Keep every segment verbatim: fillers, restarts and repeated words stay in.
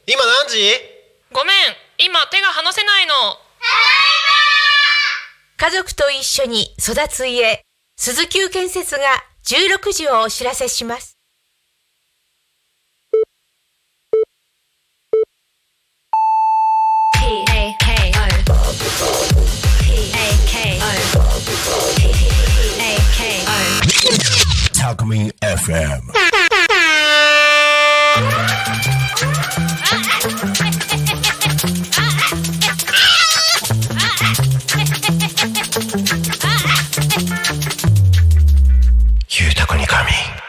今何時？ ごめん、今手が離せないの。 家族と一緒に育つ家、鈴木建設がじゅうろくじをお知らせします。 タコミン エフエム。ゆうたこにかみ。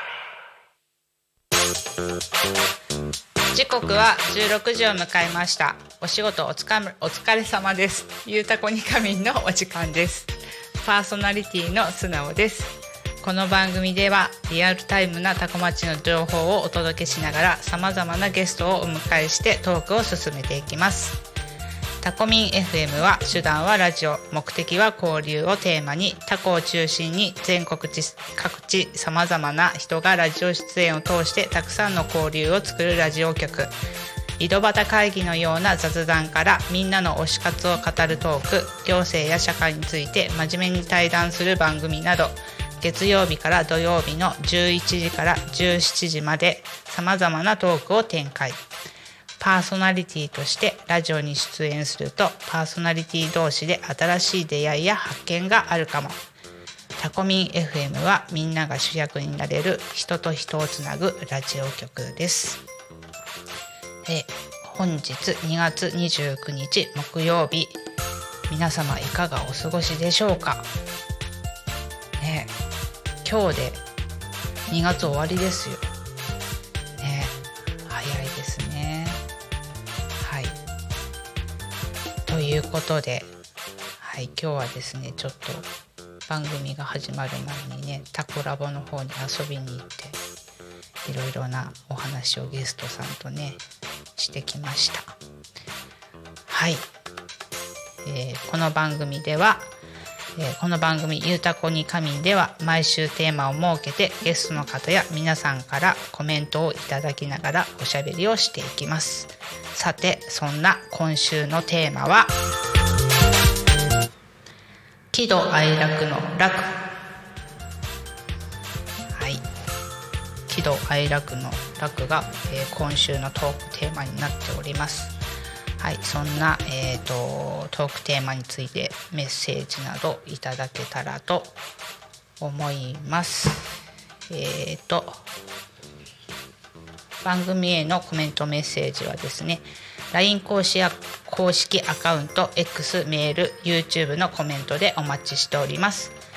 時刻はじゅうろくじを迎えました。お仕事おつかお疲れ様です。ゆうたこにかみんのお時間です。パーソナリティの素直です。この番組ではリアルタイムなタコ町の情報をお届けしながら、さまざまなゲストをお迎えしてトークを進めていきます。タコミン エフエム は手段はラジオ、目的は交流をテーマに、タコを中心に全国各地さまざまな人がラジオ出演を通してたくさんの交流を作るラジオ局。井戸端会議のような雑談からみんなの推し活を語るトーク、行政や社会について真面目に対談する番組など、月曜日から土曜日のじゅういちじからじゅうしちじまでさまざまなトークを展開。パーソナリティとしてラジオに出演すると、パーソナリティ同士で新しい出会いや発見があるかも。タコミン エフエム はみんなが主役になれる人と人をつなぐラジオ局です。え本日にがつにじゅうくにち木曜日、皆様いかがお過ごしでしょうか。ね、今日でにがつ終わりですよ。ね、早いですね。はい。ということで、はい、今日はですね、ちょっと番組が始まる前にね、タコラボの方に遊びに行って、いろいろなお話をゲストさんとね、してきました。はい。えー、この番組では、えー、この番組ゆうたこにかみんでは毎週テーマを設けて、ゲストの方や皆さんからコメントをいただきながらおしゃべりをしていきます。さて、そんな今週のテーマは、喜怒哀楽の楽。はい。喜怒哀楽の楽が、えー、今週のトークテーマになっております。はい、そんな、えーと、トークテーマについてメッセージなどいただけたらと思います。えーと、番組へのコメントメッセージはですね、ライン 公式、公式アカウント X、メール、YouTube のコメントでお待ちしております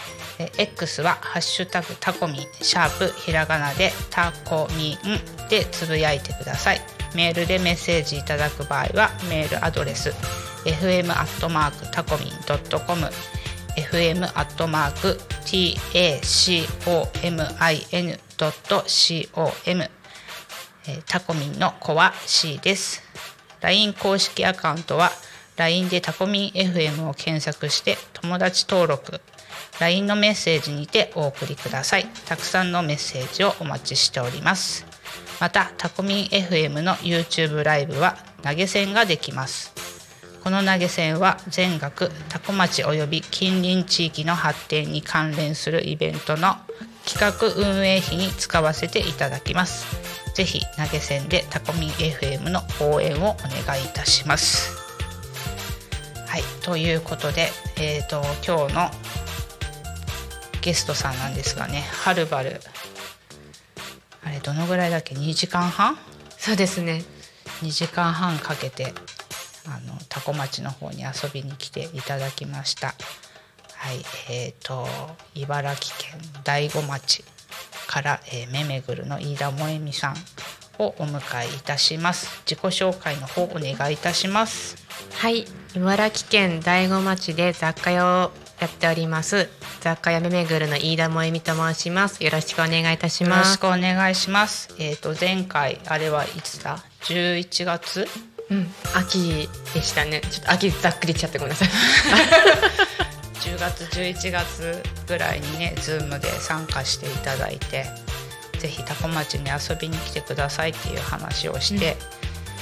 。X はハッシュタグタコミン、シャープひらがなでタコミンでつぶやいてください。メールでメッセージいただく場合はメールアドレス エフエム アットマーク タコミン ドットコム エフエム アットマーク タコミン ドットコム タコミンの子は C です。 ライン 公式アカウントは ライン でタコミン エフエム を検索して友達登録、 ライン のメッセージにてお送りください。たくさんのメッセージをお待ちしております。またタコミン エフエム の YouTube ライブは投げ銭ができます。この投げ銭は全額タコ町および近隣地域の発展に関連するイベントの企画運営費に使わせていただきます。ぜひ投げ銭でタコミン エフエム の応援をお願いいたします。はい、ということで、えーと、今日のゲストさんなんですがね、はるばるあれどのぐらいだっけ、にじかんはん？ そうですね、 にじかんはんかけてあのタコ町の方に遊びに来ていただきました。はい、えーと茨城県大子町から、えー、めめぐるの飯田萌美さんをお迎えいたします。自己紹介の方お願いいたします。 はい、茨城県大子町で雑貨屋をやっております雑貨屋めめぐるの飯田萌美と申します。よろしくお願いいたします。 よろしくお願いします。えーと前回あれはいつだ、じゅういちがつ、 うん、秋でしたね。ちょっと秋ざっくりしちゃってごめんなさいじゅうがつじゅういちがつぐらいにね Zoom で参加していただいて、ぜひタコ町に遊びに来てくださいっていう話をして、うん、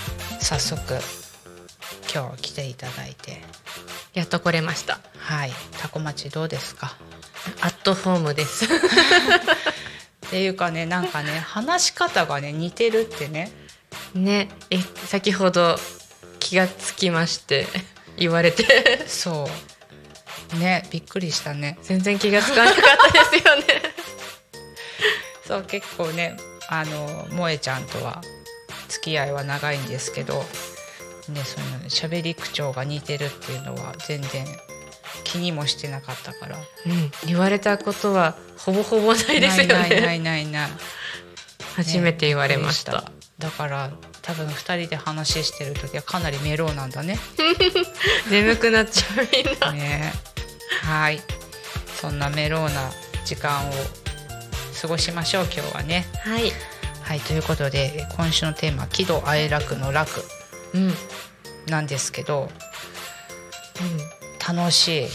早速今日来ていただいて、 やっと来れました。 はい、タコ町どうですか？ アットホームですっていうかね、なんかね話し方がね似てるってね。 ね、え先ほど気がつきまして言われてそうね、びっくりしたね。 全然気がつかなかったですよねそう、結構ね、あの萌えちゃんとは付き合いは長いんですけどね、その喋り口調が似てるっていうのは全然気にもしてなかったから、 うん、言われたことはほぼほぼないですよね。 ないないないないない初めて言われました、 ね、だから多分ふたりで話してる時はかなりメロウなんだね眠くなっちゃうみんなね。はい、そんなメロウな時間を過ごしましょう今日はね。 はいはい、ということで今週のテーマ喜怒哀楽の楽うんなんですけど、 うん、 楽しい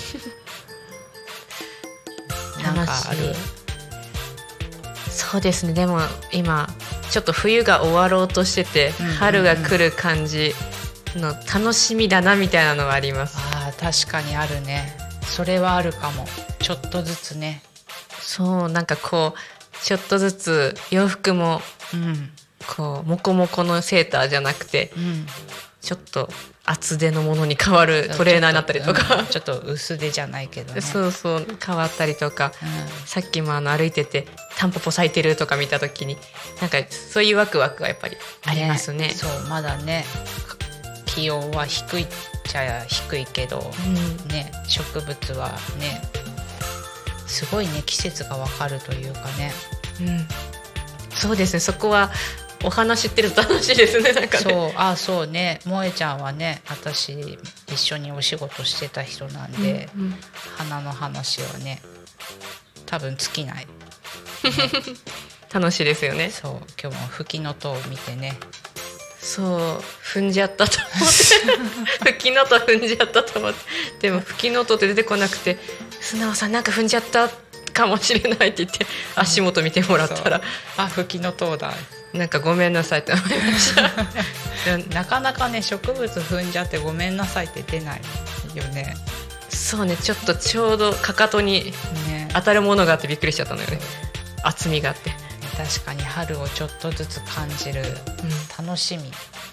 なんかある？ そうですね、でも今ちょっと冬が終わろうとしてて、うんうんうん、春が来る感じの楽しみだなみたいなのはあります。 あー、確かにあるね。それはあるかも。ちょっとずつね。 そう、なんかこうちょっとずつ洋服も、うん、こうモコモコのセーターじゃなくて、うん、ちょっと厚手のものに変わるトレーナーになったりとか、 うん、ちょっと薄手じゃないけどねそうそう変わったりとか、うん、さっきもあの歩いててタンポポ咲いてるとか見た時になんかそういうワクワクがやっぱりありますね。 そう、まだね気温は低いっちゃ低いけど、うんね、植物はねすごいね季節がわかるというかね、 うん、そうですね、そこはお話知ってると楽しいですね。なんかね、 そう、あ、そうね、萌えちゃんはね私一緒にお仕事してた人なんで、うんうん、花の話はね多分尽きない、ね、 楽しいですよね。 そう、今日もフキノトウを見てね、 そう踏んじゃったと思ってフキノトウ踏んじゃったと思って、でもフキノトウって出てこなくて、素直さんなんか踏んじゃったかもしれないって言って足元見てもらったら、 あ、フキノトウだ、 なんかごめんなさいって思いましたなかなかね植物踏んじゃってごめんなさいって出ないよね。 そうね、ちょっとちょうどかかとに当たるものがあってびっくりしちゃったのよね、厚みがあって。 確かに春をちょっとずつ感じる楽しみ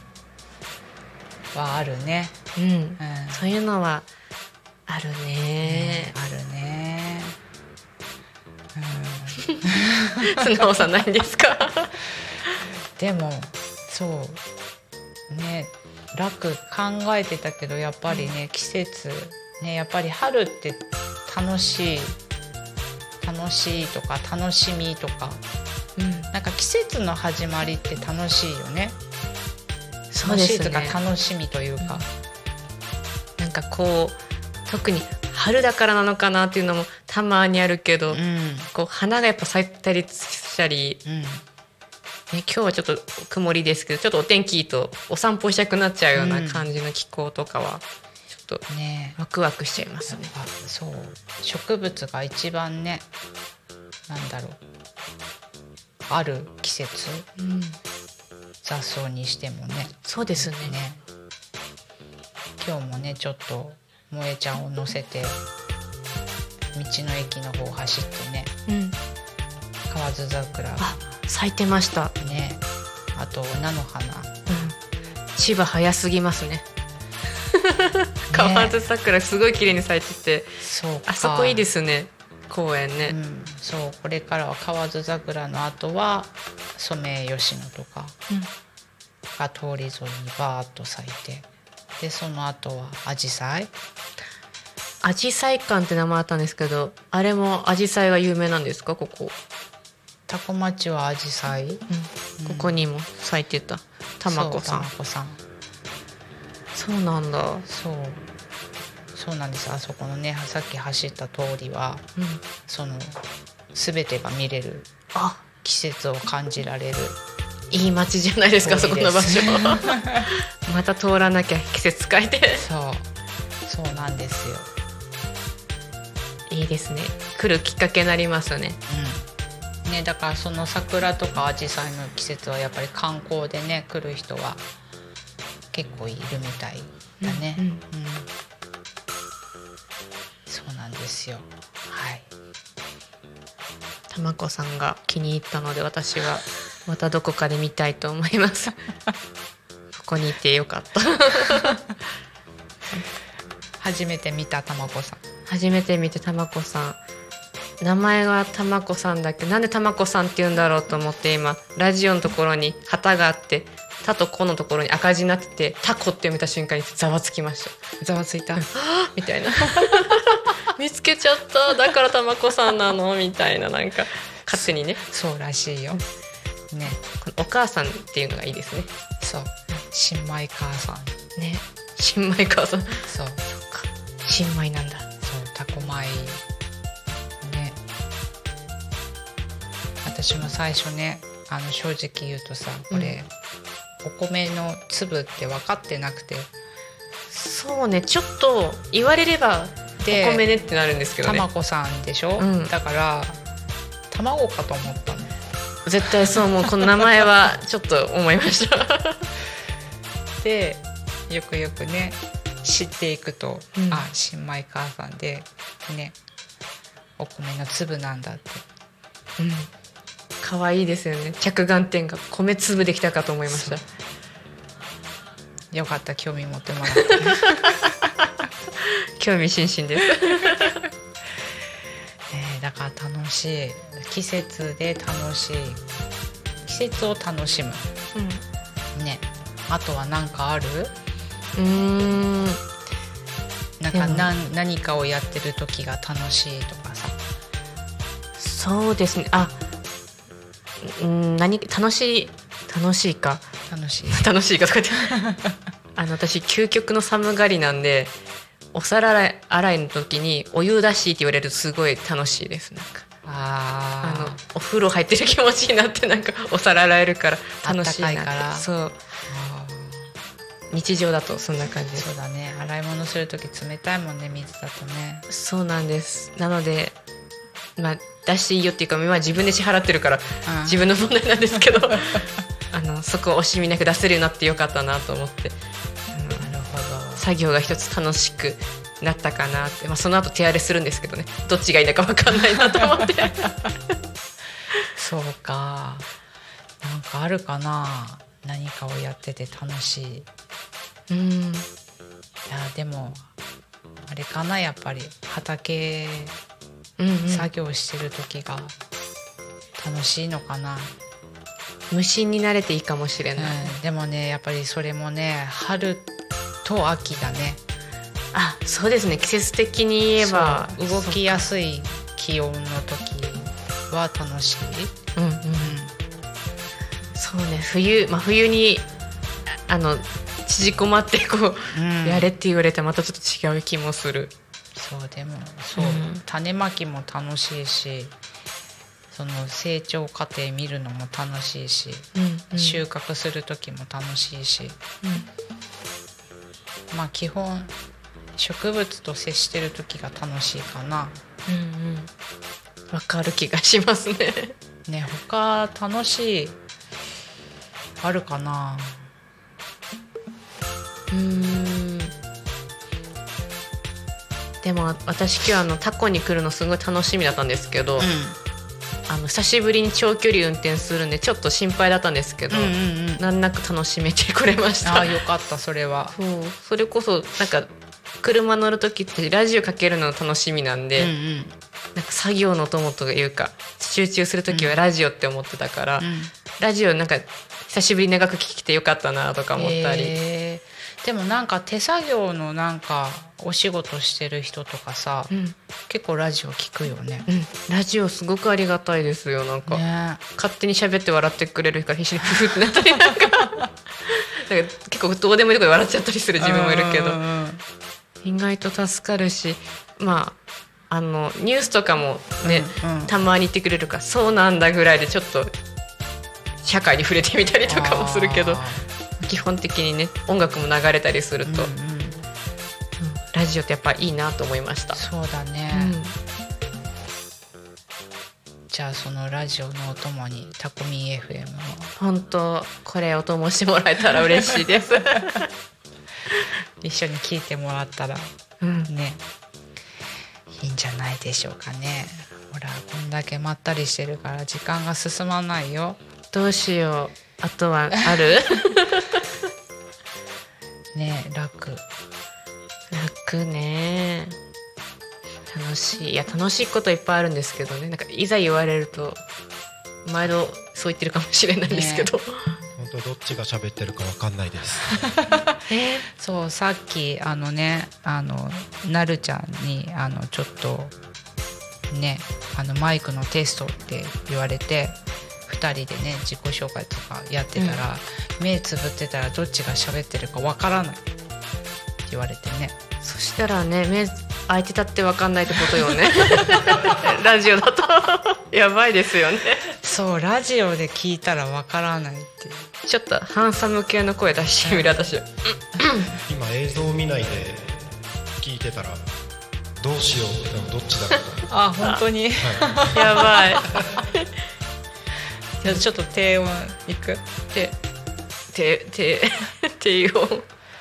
はあるね、 うんうん、そういうのはあるね、 うん、あるね、 うん、素直さないんですかでもそうね、楽考えてたけどやっぱりね季節ね、やっぱり春って楽しい楽しいとか楽しみとか、うん、なんか季節の始まりって楽しいよね。 そうですね、 楽しいとか楽しみというか、 うん、なんかこう特に春だからなのかなっていうのもたまにあるけど、うん、こう花がやっぱ咲いたりしたり、うんね、今日はちょっと曇りですけどちょっとお天気いいとお散歩したくなっちゃうような感じの気候とかはちょっとワクワクしちゃいますね。 あ、そう、植物が一番ね、なんだろう、ある季節、うん、雑草にしてもね。 そうですね。 ね、今日もねちょっと萌えちゃんを乗せて道の駅の方走ってね、うん、河津桜、 あ、咲いてましたね。あと菜の花、うん、 千葉早すぎますね河津桜すごい綺麗に咲いてて、 そうか、 あそこいいですね、公園ね、 うん、そう、これからは河津桜の後はソメイヨシノとかが通り沿いにバーッと咲いて、でその後はアジサイアジサイ館って名前あったんですけど、あれもアジサイが有名なんですか？ここ多古町はアジサイ、うん、 ここにも咲いてた、たまこさん。 そう、たまこさん、 そうなんだ。 そうそうなんです。あそこのねさっき走った通りは、うん、その全てが見れる、あ、季節を感じられるいい街じゃないですか、そこの場所また通らなきゃ季節変えてそうそうなんですよ。 いいですね、来るきっかけになりますね、 うんね、だからその桜とかアジサイの季節はやっぱり観光でね来る人は結構いるみたいだね、 うんうんうん、そうなんですよ。はい。 たまこさんが気に入ったので私はまたどこかで見たいと思いますここにいてよかった初めて見たたまこさん。 初めて見てたまこさん、名前はたまこさんだけどなんでたまこさんって言うんだろうと思って今ラジオのところに旗があってたとこのところに赤字になっててタコって読めた瞬間にざわつきました。 ざわついたみたいな見つけちゃっただからたまこさんなのみたいな、なんか勝手にね。 そうらしいよね。 このお母さんっていうのがいいですね。 そう、新米母さんね、新米母さん。 そうそっか、新米なんだ。 そう、タコ米ね。私も最初ね、あの正直言うとさ、これ、うん、お米の粒って分かってなくて。 そうね、ちょっと言われればお米ねってなるんですけどね。 たまこさんでしょ、うん、だから卵かと思ったの。 絶対そう、もうこの名前はちょっと思いましたでよくよくね知っていくと、うん、あ、新米母さんでね、お米の粒なんだって。 うん、可愛いですよね。着眼点が米粒できたかと思いました。 よかった、興味持ってもらって興味津々ですね、だから楽しい、季節で楽しい、季節を楽しむ、うん、ね。あとは何かある？ うーん、 なんか何、何かをやってる時が楽しいとかさ。 そうですね。あ、うん、何楽しい楽しいか楽しい楽しいかとかってあの私究極の寒がりなんで、お皿洗いの時にお湯出しって言われるとすごい楽しいです。なんかああのお風呂入ってる気持ちになって、なんかお皿洗えるから楽しいなって。 あったかいから。 そう、日常だとそんな感じです。 そうだね、洗い物する時冷たいもんね、水だとね。 そうなんです。なのでまあ出していいよっていうか、まあ、自分で支払ってるから自分の問題なんですけどあのそこを惜しみなく出せるようになってよかったなと思って、うん、なるほど、作業が一つ楽しくなったかなって、まあ、その後手荒れするんですけどね、どっちがいいのか分かんないなと思ってそうか、なんかあるかな、何かをやってて楽しい。 うん、いやでもあれかな、やっぱり畑うんうん、 作業してる時が楽しいのかな。 無心になれていいかもしれない、 うん、でもねやっぱりそれもね、春と秋だね。 あ、そうですね、季節的に言えば動きやすい気温の時は楽しい。 うんうん、うん、そうね、冬、まあ、冬にあの縮こまってこう、うん、やれって言われたらまたちょっと違う気もする。 そうでもそう、うん、種まきも楽しいし、その成長過程見るのも楽しいし、うんうん、収穫する時も楽しいし、うん、まあ基本植物と接してる時が楽しいかな。 うんうん、わかる気がしますね。 ね、他楽しいあるかな。 うーん、でも私今日あのタコに来るのすごい楽しみだったんですけど、うん、あの久しぶりに長距離運転するんでちょっと心配だったんですけど、うんうんうん、難なく楽しめてくれました。 あ、よかった。それはそう、それこそなんか車乗る時ってラジオかけるの楽しみなんで、うんうん、なんか作業の友というか集中する時はラジオって思ってたから、うん、ラジオなんか久しぶりに長く聞きてよかったなとか思ったり、 えーでもなんか手作業のなんかお仕事してる人とかさ、うん、結構ラジオ聞くよね、 うん、ラジオすごくありがたいですよ。なんか、ね、勝手に喋って笑ってくれるから必死にフフってなったりなんかなんか結構どうでもいいとこで笑っちゃったりする自分もいるけど、意外と助かるし、まああのニュースとかもね、うんうん、たまに言ってくれるからそうなんだぐらいでちょっと社会に触れてみたりとかもするけど、基本的にね音楽も流れたりすると、うんうんうん、ラジオってやっぱいいなと思いました。 そうだね、うん、 じゃあそのラジオのお供にタコミン エフエム を本当これお供してもらえたら嬉しいです一緒に聞いてもらったら、うん、ねいいんじゃないでしょうかね。ほらこんだけまったりしてるから時間が進まないよ。 どうしよう。あとはあるねえ楽楽ね。楽しい。いや楽しいこといっぱいあるんですけどね。なんかいざ言われると毎度そう言ってるかもしれないんですけど、ね、 本当どっちが喋ってるか分かんないですえー、そうさっきあのねあのなるちゃんにあのちょっとねあのマイクのテストって言われてふたりでね自己紹介とかやってたら、うん、目つぶってたらどっちが喋ってるか分からないって言われてね。 そしたらね目開いてたって分かんないってことよねラジオだとやばいですよね。 そうラジオで聞いたら分からないっていう。 ちょっとハンサム系の声出してみる私今映像を見ないで聞いてたらどうしようでもどっちだろうあ本当に、 はい、やばいじゃあちょっと低音いく低低低低音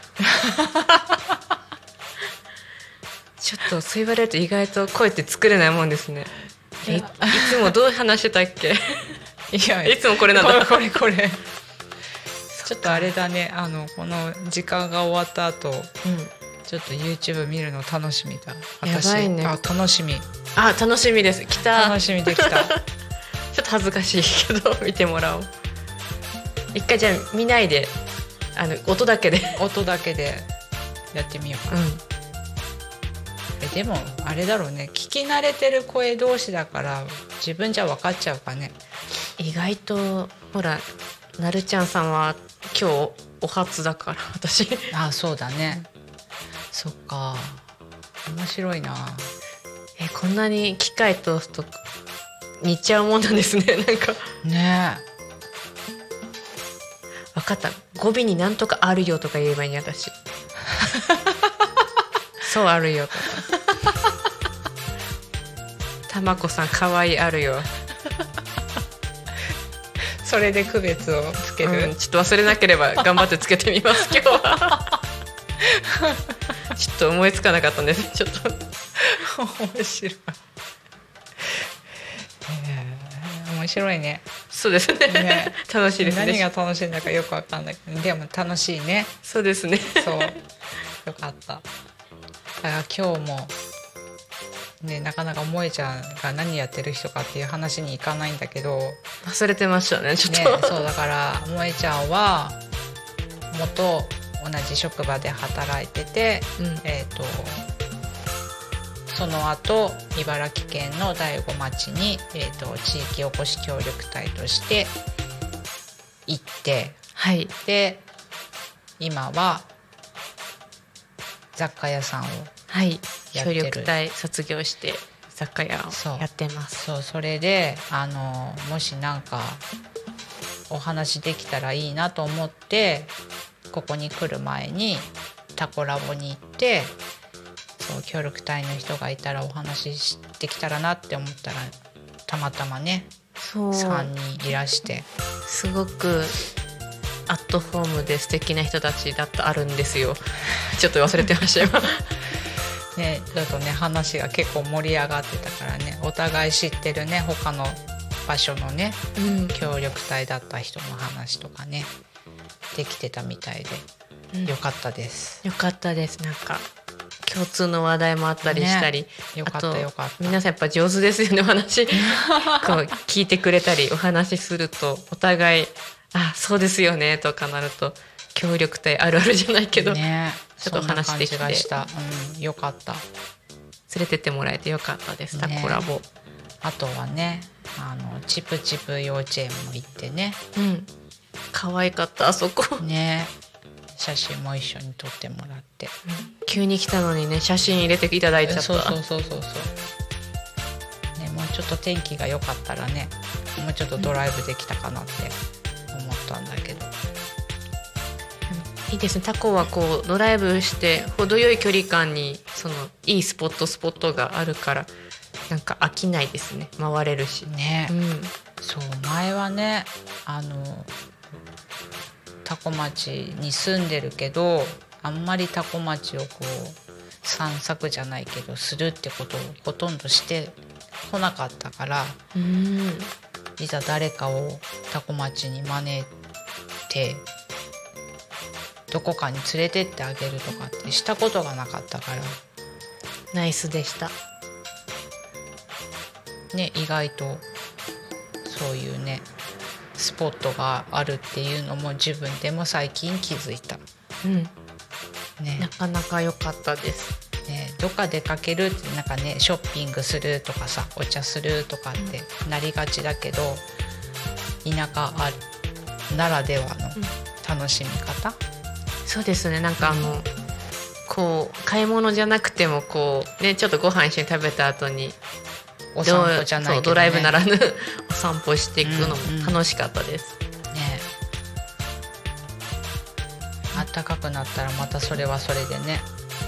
ちょっとそう言われると意外と声って作れないもんですね。 い, いつもどう話してたっけいやいつもこれなんだこれこれこれちょっとあれだねあのこの時間が終わった後、うん、ちょっと YouTube 見るの楽しみだ。私やばいね。 あ楽しみあ楽しみです。来た楽しみできたちょっと恥ずかしいけど見てもらおう。一回じゃあ見ないであの音だけで音だけでやってみようかな、うんでもあれだろうね聞き慣れてる声同士だから自分じゃ分かっちゃうかね。 意外とほらなるちゃんさんは今日お初だから私あそうだねそっか面白いな。 えこんなに機械通すと似ちゃうもんなんですねなんかね分かった。語尾になんとかあるよとか言えばいいね私そうあるよとかたまこさんかわいいあるよそれで区別をつける、 うん、ちょっと忘れなければ頑張ってつけてみます今日はちょっと思いつかなかったんですちょっと面白い、えー、面白いね。 そうです ね, ね楽しいですね。 何が楽しいんだかよく分かんないけどでも楽しいね。 そうですねそうよかった。だから今日もねなかなか萌えちゃんが何やってる人かっていう話にいかないんだけど忘れてましたねちょっと、 ね、そうだから萌えちゃんは元同じ職場で働いてて、うんえーとその後茨城県の大子町に、えー、と地域おこし協力隊として行って、 はい、 で今は雑貨屋さんをはい協力隊卒業して雑貨屋をやってます。 そう、そうそれであのもしなんかお話できたらいいなと思ってここに来る前にタコラボに行ってそう協力隊の人がいたらお話しできたらなって思ったらたまたまねそうさんにんいらしてすごくアットホームで素敵な人たちだったあるんですよちょっと忘れてました今ねちょっとね話が結構盛り上がってたからねお互い知ってるね他の場所のね、うん、協力隊だった人の話とかねできてたみたいで、うん、よかったです。 よかったです。なんか共通の話題もあったりしたり、ね、 よかったよかった。 皆さんやっぱ上手ですよねお話こう聞いてくれたりお話しするとお互いあそうですよねとかなると協力隊あるあるじゃないけど、ね、ちょっと話できて、 うん、よかった。 連れてってもらえてよかったです。タコラボ、 あとはねあのチプチプ幼稚園も行ってね、 うん、可愛かったあそこね。写真も一緒に撮ってもらって、うん、 急に来たのにね写真入れていただいちゃった。 そうそうそうそうそう、ね、もうちょっと天気が良かったらねもうちょっとドライブできたかなって思ったんだけど、 うん、いいですね。タコはこうドライブして程よい距離感にそのいいスポットスポットがあるからなんか飽きないですね。回れるしね、 うん、 そう前はねあの多古町に住んでるけどあんまり多古町をこう散策じゃないけどするってことをほとんどしてこなかったから、 うん、 いざ誰かを多古町に招いてどこかに連れてってあげるとかってしたことがなかったからナイスでしたね。意外とそういうねスポットがあるっていうのも自分でも最近気づいた、 うんね、 なかなか良かったです、 ね、どっか出かけるってなんかねショッピングするとかさお茶するとかってなりがちだけど、田舎あるならではの楽しみ方、うん、 そうですね。なんかあのこう買い物じゃなくてもこう、ね、ちょっとご飯一緒に食べた後にお散歩じゃないけど、ね、 ドライブならぬお散歩していくのも楽しかったです、 うんうん、ね。暖かくなったらまたそれはそれでね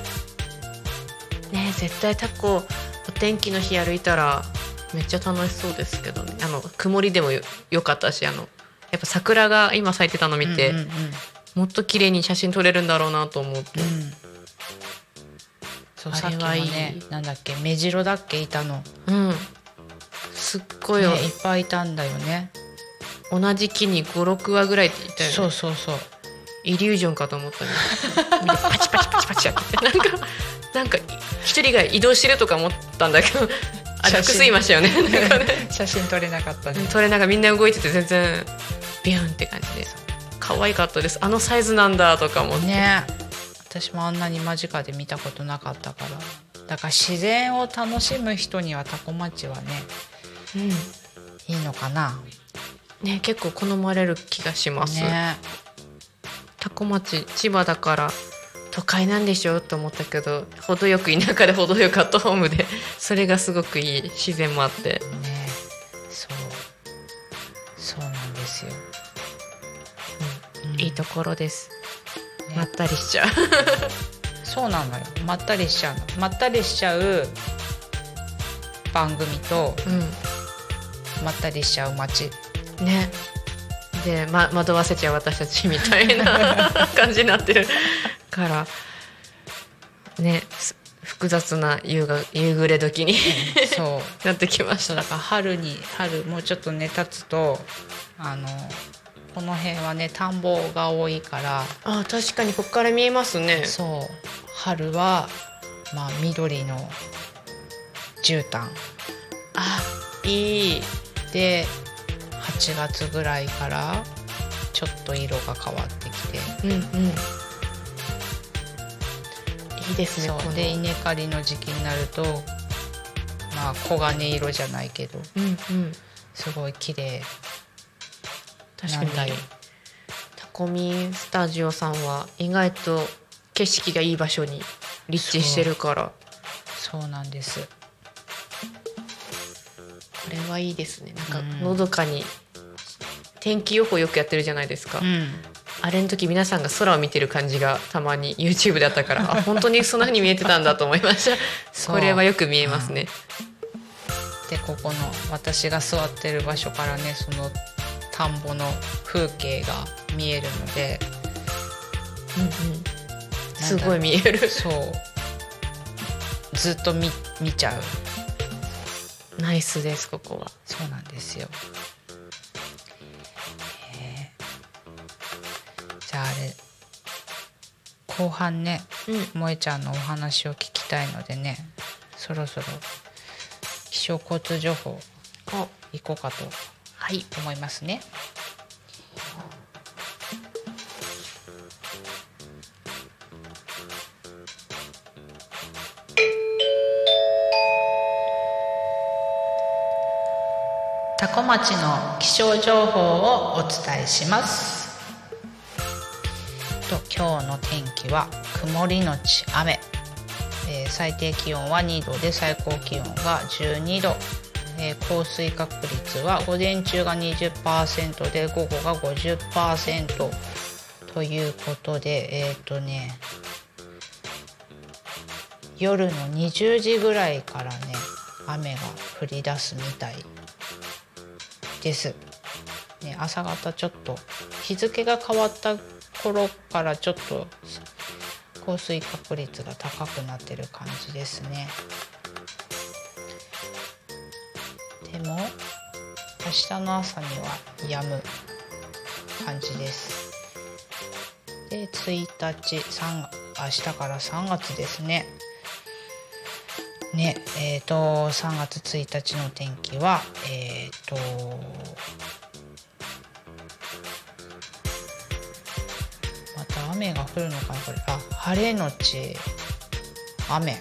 ね。絶対タコお天気の日歩いたらめっちゃ楽しそうですけどね。あの曇りでも よ, よかったしあのやっぱ桜が今咲いてたの見て、うんうんうん、もっと綺麗に写真撮れるんだろうなと思って、うん、 そうさっきもねなんだっけ目白だっけいたの、 うん、すっごい、ね、 いっぱいいたんだよね。 同じ木にごろくわぐらいっていたよね。 そうそうそうイリュージョンかと思ったねパチパチパチパチやってなんかなんか一人が移動してるとか思ったんだけどあれ複数いましたよね写真撮れなかったね。 撮れなかった。みんな動いてて全然ビューンって感じで可愛かったです。あのサイズなんだとかもね。私もあんなに間近で見たことなかったからだから自然を楽しむ人には多古町はね、うん、いいのかな、 ね、結構好まれる気がします、ね、多古町千葉だから都会なんでしょと思ったけど程よく田舎で程よくアットホームでそれがすごくいい自然もあってね。 そうそうなんですよ、 うんうん、いいところです、ね、まったりしちゃうそうなのよ。まったりしちゃうのまったりしちゃう番組と、うん、まったりしちゃう街ねで、ま、惑わせちゃう私たちみたいな感じになってるからね複雑な夕が夕暮れ時にそうなってきました。 だから春に春もうちょっとね経つとあのこの辺はね田んぼが多いからあ確かにここから見えますね。 そう春はまあ緑の絨毯あいいではちがつぐらいからちょっと色が変わってきて、うんうん、いいですね。 そうで稲刈りの時期になるとまあ黄金色じゃないけど、うんうん、すごい綺麗。 確かにタコミスタジオさんは意外と景色がいい場所に立地してるからそう、そうなんです。これはいいですね。なんかのどかに、うん、天気予報よくやってるじゃないですか、うん、あれの時皆さんが空を見てる感じがたまに YouTube だったからあ本当にそんな風に見えてたんだと思いましたこれはよく見えますね、 うん、でここの私が座ってる場所からねその田んぼの風景が見えるので、 うんうん、すごい見える。 そうずっと 見, 見ちゃう。ナイスですここは。 そうなんですよ、えー、じゃああれ後半ね、うん、萌ちゃんのお話を聞きたいのでねそろそろ気象交通情報行こうかと思いますね、はい。多古町の気象情報をお伝えします。と今日の天気は曇りのち雨、えー、最低気温はにどで最高気温がじゅうにど、えー、降水確率は午前中が にじゅっパーセント で午後が ごじゅっパーセント ということでえっとね夜のにじゅうじぐらいからね雨が降り出すみたいです、ね、朝方ちょっと日付が変わった頃からちょっと降水確率が高くなってる感じですね。でも明日の朝には止む感じです。でついたちさん明日からさんがつですね。ねえー、とさんがつついたちの天気はえっ、ー、とまた雨が降るのかなこれ。あ、晴れのち雨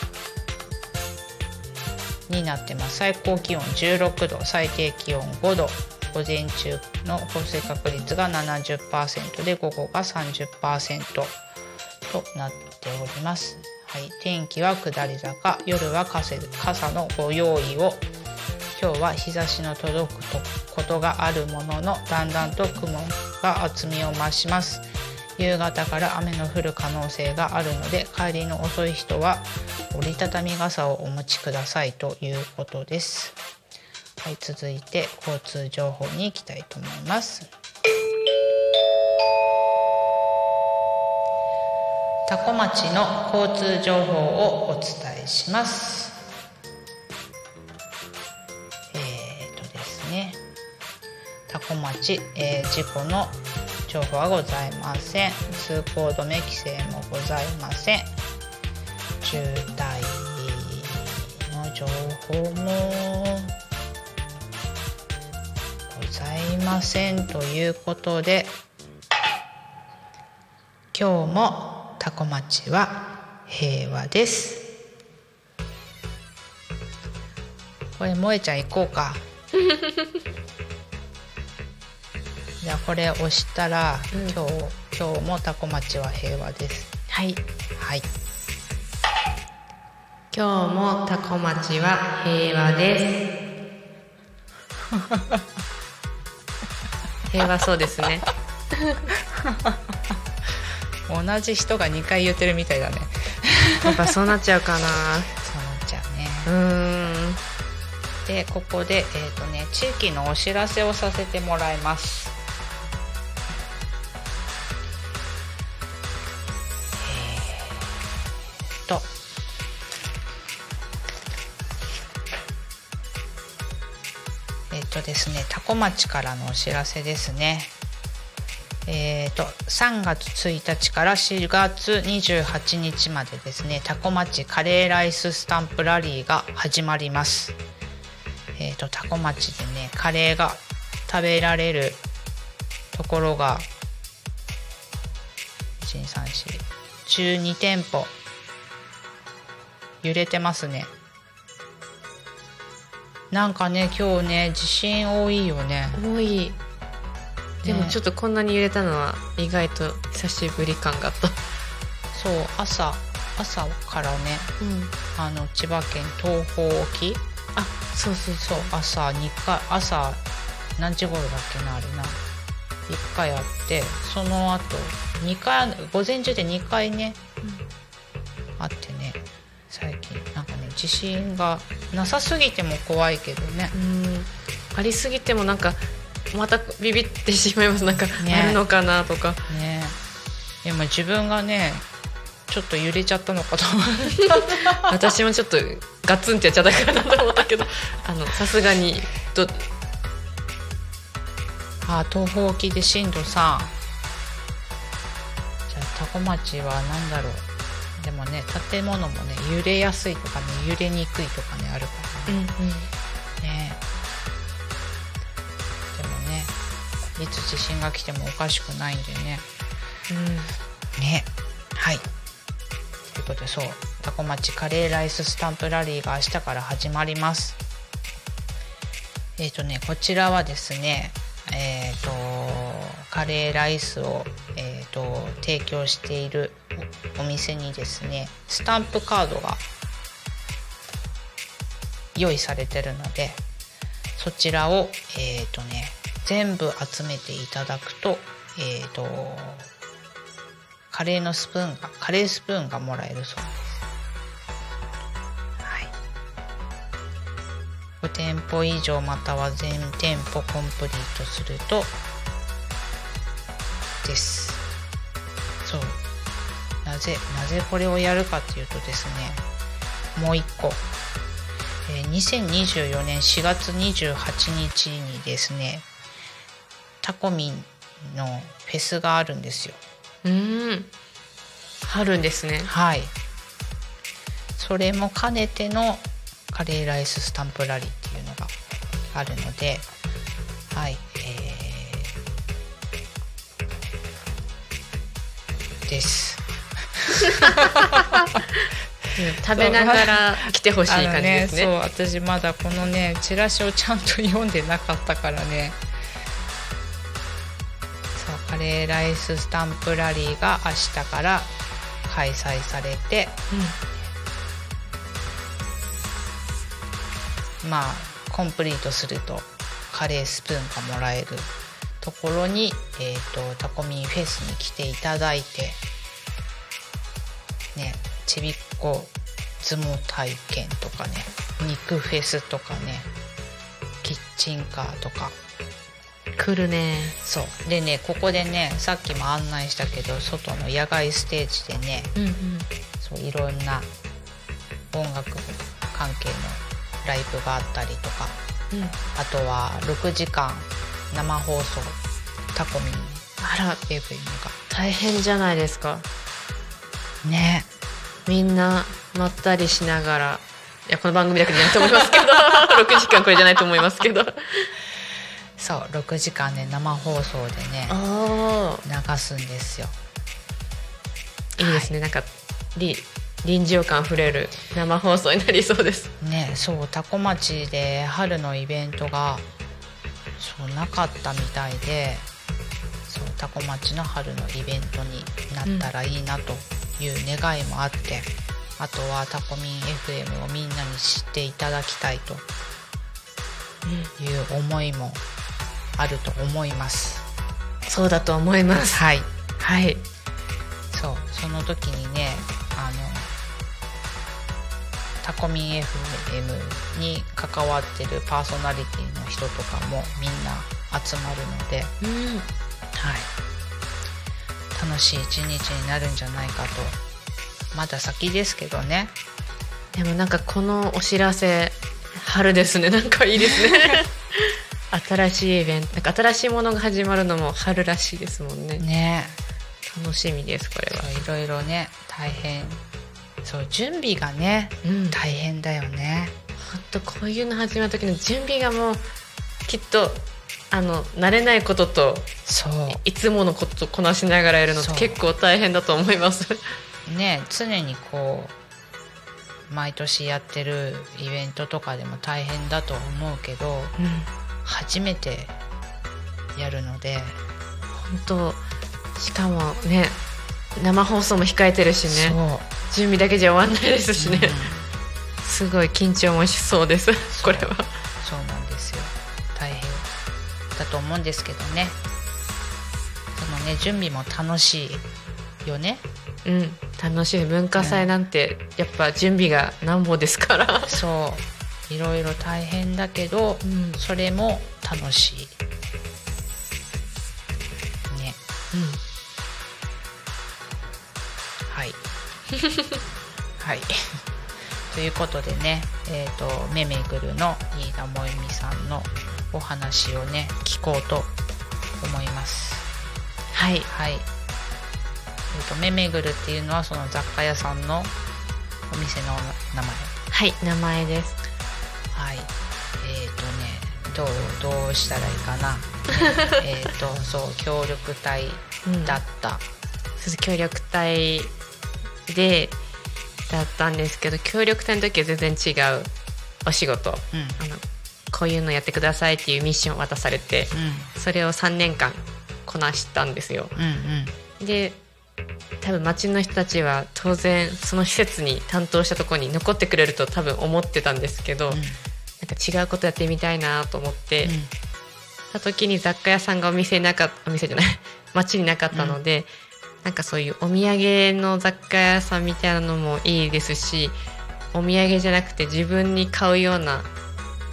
になってます。最高気温じゅうろくど、最低気温ごど、午前中の降水確率が ななじゅっパーセント で午後が さんじゅっパーセント となっております。はい、天気は下り坂、夜は傘のご用意を。今日は日差しの届くことがあるものの、だんだんと雲が厚みを増します。夕方から雨の降る可能性があるので、帰りの遅い人は折りたたみ傘をお持ちくださいということです。はい、続いて交通情報に行きたいと思います。多古町の交通情報をお伝えします。えーとですね、多古町、えー、事故の情報はございません。通行止め規制もございません。渋滞の情報もございませんということで、今日も多古町は平和です。これ萌ちゃん行こうかじゃあこれ押したら、うん、今日今日も多古町は平和です。 はいはい。 今日も多古町は平和です平和そうですね同じ人がにかい言ってるみたいだねやっぱそうなっちゃうかなそうなっちゃうね。 うーんでここで、えーとね、地域のお知らせをさせてもらいます。えーとえっとですね多古町からのお知らせですね。えーとさんがつついたちからしがつにじゅうはちにちまでですね、多古町カレーライススタンプラリーが始まります。えーと多古町でねカレーが食べられるところがいちにさんしじゅうにてんぽ揺れてますね。なんかね今日ね地震多いよね。 多い。でもちょっとこんなに揺れたのは意外と久しぶり感があった。 そう朝朝からね、うん、あの千葉県東方沖、 あそうそうそう朝にかい朝何時頃だっけなあれないっかいあって、その後にかい午前中でにかいね、うん、あってね、最近なんかね地震がなさすぎても怖いけどね、 うんありすぎてもなんかまたビビってしまいます。なんか、ね、あるのかなとかね。でも自分がねちょっと揺れちゃったのかと思った私もちょっとガツンってやっちゃったかなと思ったけどあのさすがにどあ東方沖で震度さん。じゃあ多古町は何だろう。でもね建物もね揺れやすいとかね揺れにくいとかねあるからね、うんうん、ねいつ地震が来てもおかしくないんでね、うん、ねはいということで、そう多古町カレーライススタンプラリーが明日から始まります。えっとねこちらはですねえっとカレーライスを、えー、と提供しているお店にですねスタンプカードが用意されてるので、そちらをえっとね全部集めていただくと、えーと、カレーのスプーンが、カレースプーンがもらえるそうです。はい。 店舗以上または全店舗コンプリートするとです。そうなぜなぜこれをやるかというとですね、もう一個、えー、にせんにじゅうよねんしがつにじゅうはちにちにですね、タコミンのフェスがあるんですよ。 うーん、あるんですね。 はい、それも兼ねてのカレーライススタンプラリーっていうのがあるので、はい、えー、です食べながら来てほしい感じですね。 そう、私まだこのねチラシをちゃんと読んでなかったからね。そう、カレーライススタンプラリーが明日から開催されて、うん、まあコンプリートするとカレースプーンがもらえるところに、えーと、タコミンフェスに来ていただいてね、ちびっこ相撲体験とかね、肉フェスとかね、キッチンカーとか来るね。 そうでね、ここでね、さっきも案内したけど外の野外ステージでね、うんうん、そういろんな音楽関係のライブがあったりとか、うん、あとはろくじかん生放送タコミンあらエフエム が大変じゃないですかね。 みんなまったりしながら、いやこの番組だけじゃないと思いますけどろくじかんこれじゃないと思いますけどそうろくじかんね生放送でね流すんですよ。 いいですね、はい、なんかり臨場感あふれる生放送になりそうですね。そうタコ町で春のイベントがそうなかったみたいで、そうタコ町の春のイベントになったらいいなという願いもあって、うん、あとはタコミン エフエム をみんなに知っていただきたいという思いもあると思います、 うん、そうだと思います。 はいはい、 そうその時にね、あのタコミン エフエム に関わってるパーソナリティの人とかもみんな集まるので、うん、はい、楽しい一日になるんじゃないかと。まだ先ですけどね。 でもなんかこのお知らせ春ですね。なんかいいですね新しいイベント、なんか新しいものが始まるのも春らしいですもんね。 ね、 楽しみですこれは。 いろいろね大変、そう準備がね、うん、大変だよね。 ほんとこういうの始まる時の準備がもうきっとあの慣れないことと、 そうい, いつものことこなしながらやるのって結構大変だと思いますね。常にこう毎年やってるイベントとかでも大変だと思うけど、うん、初めてやるので本当、しかもね生放送も控えてるしね、そう準備だけじゃ終わんないですしね、うん、すごい緊張もしそうですこれは。 そうなんですよ、大変だと思うんですけどね。そのね準備も楽しいよね。 うん、楽しい。文化祭なんて、うん、やっぱ準備がなんぼですからそういろいろ大変だけど、うん、それも楽しいね、うん、はいはいということでね、えーと、めめぐるの飯田萌実さんのお話をね聞こうと思います。 はいはい。えーと、めめぐるっていうのはその雑貨屋さんのお店の名前。 はい、名前です。 はい。えっ、ー、とねどうどうしたらいいかなえっとそう協力隊だった、うん、 そう協力隊でだったんですけど、協力隊の時は全然違うお仕事、うん、あのこういうのやってくださいっていうミッションを渡されて、うん、それをさんねんかんこなしたんですよ、うんうん、で多分町の人たちは当然その施設に担当したところに残ってくれると多分思ってたんですけど、うん、なんか違うことやってみたいなと思って、うん、た時に雑貨屋さんがお店になかったお店じゃない町になかったので、うん、なんかそういうお土産の雑貨屋さんみたいなのもいいですし、お土産じゃなくて自分に買うような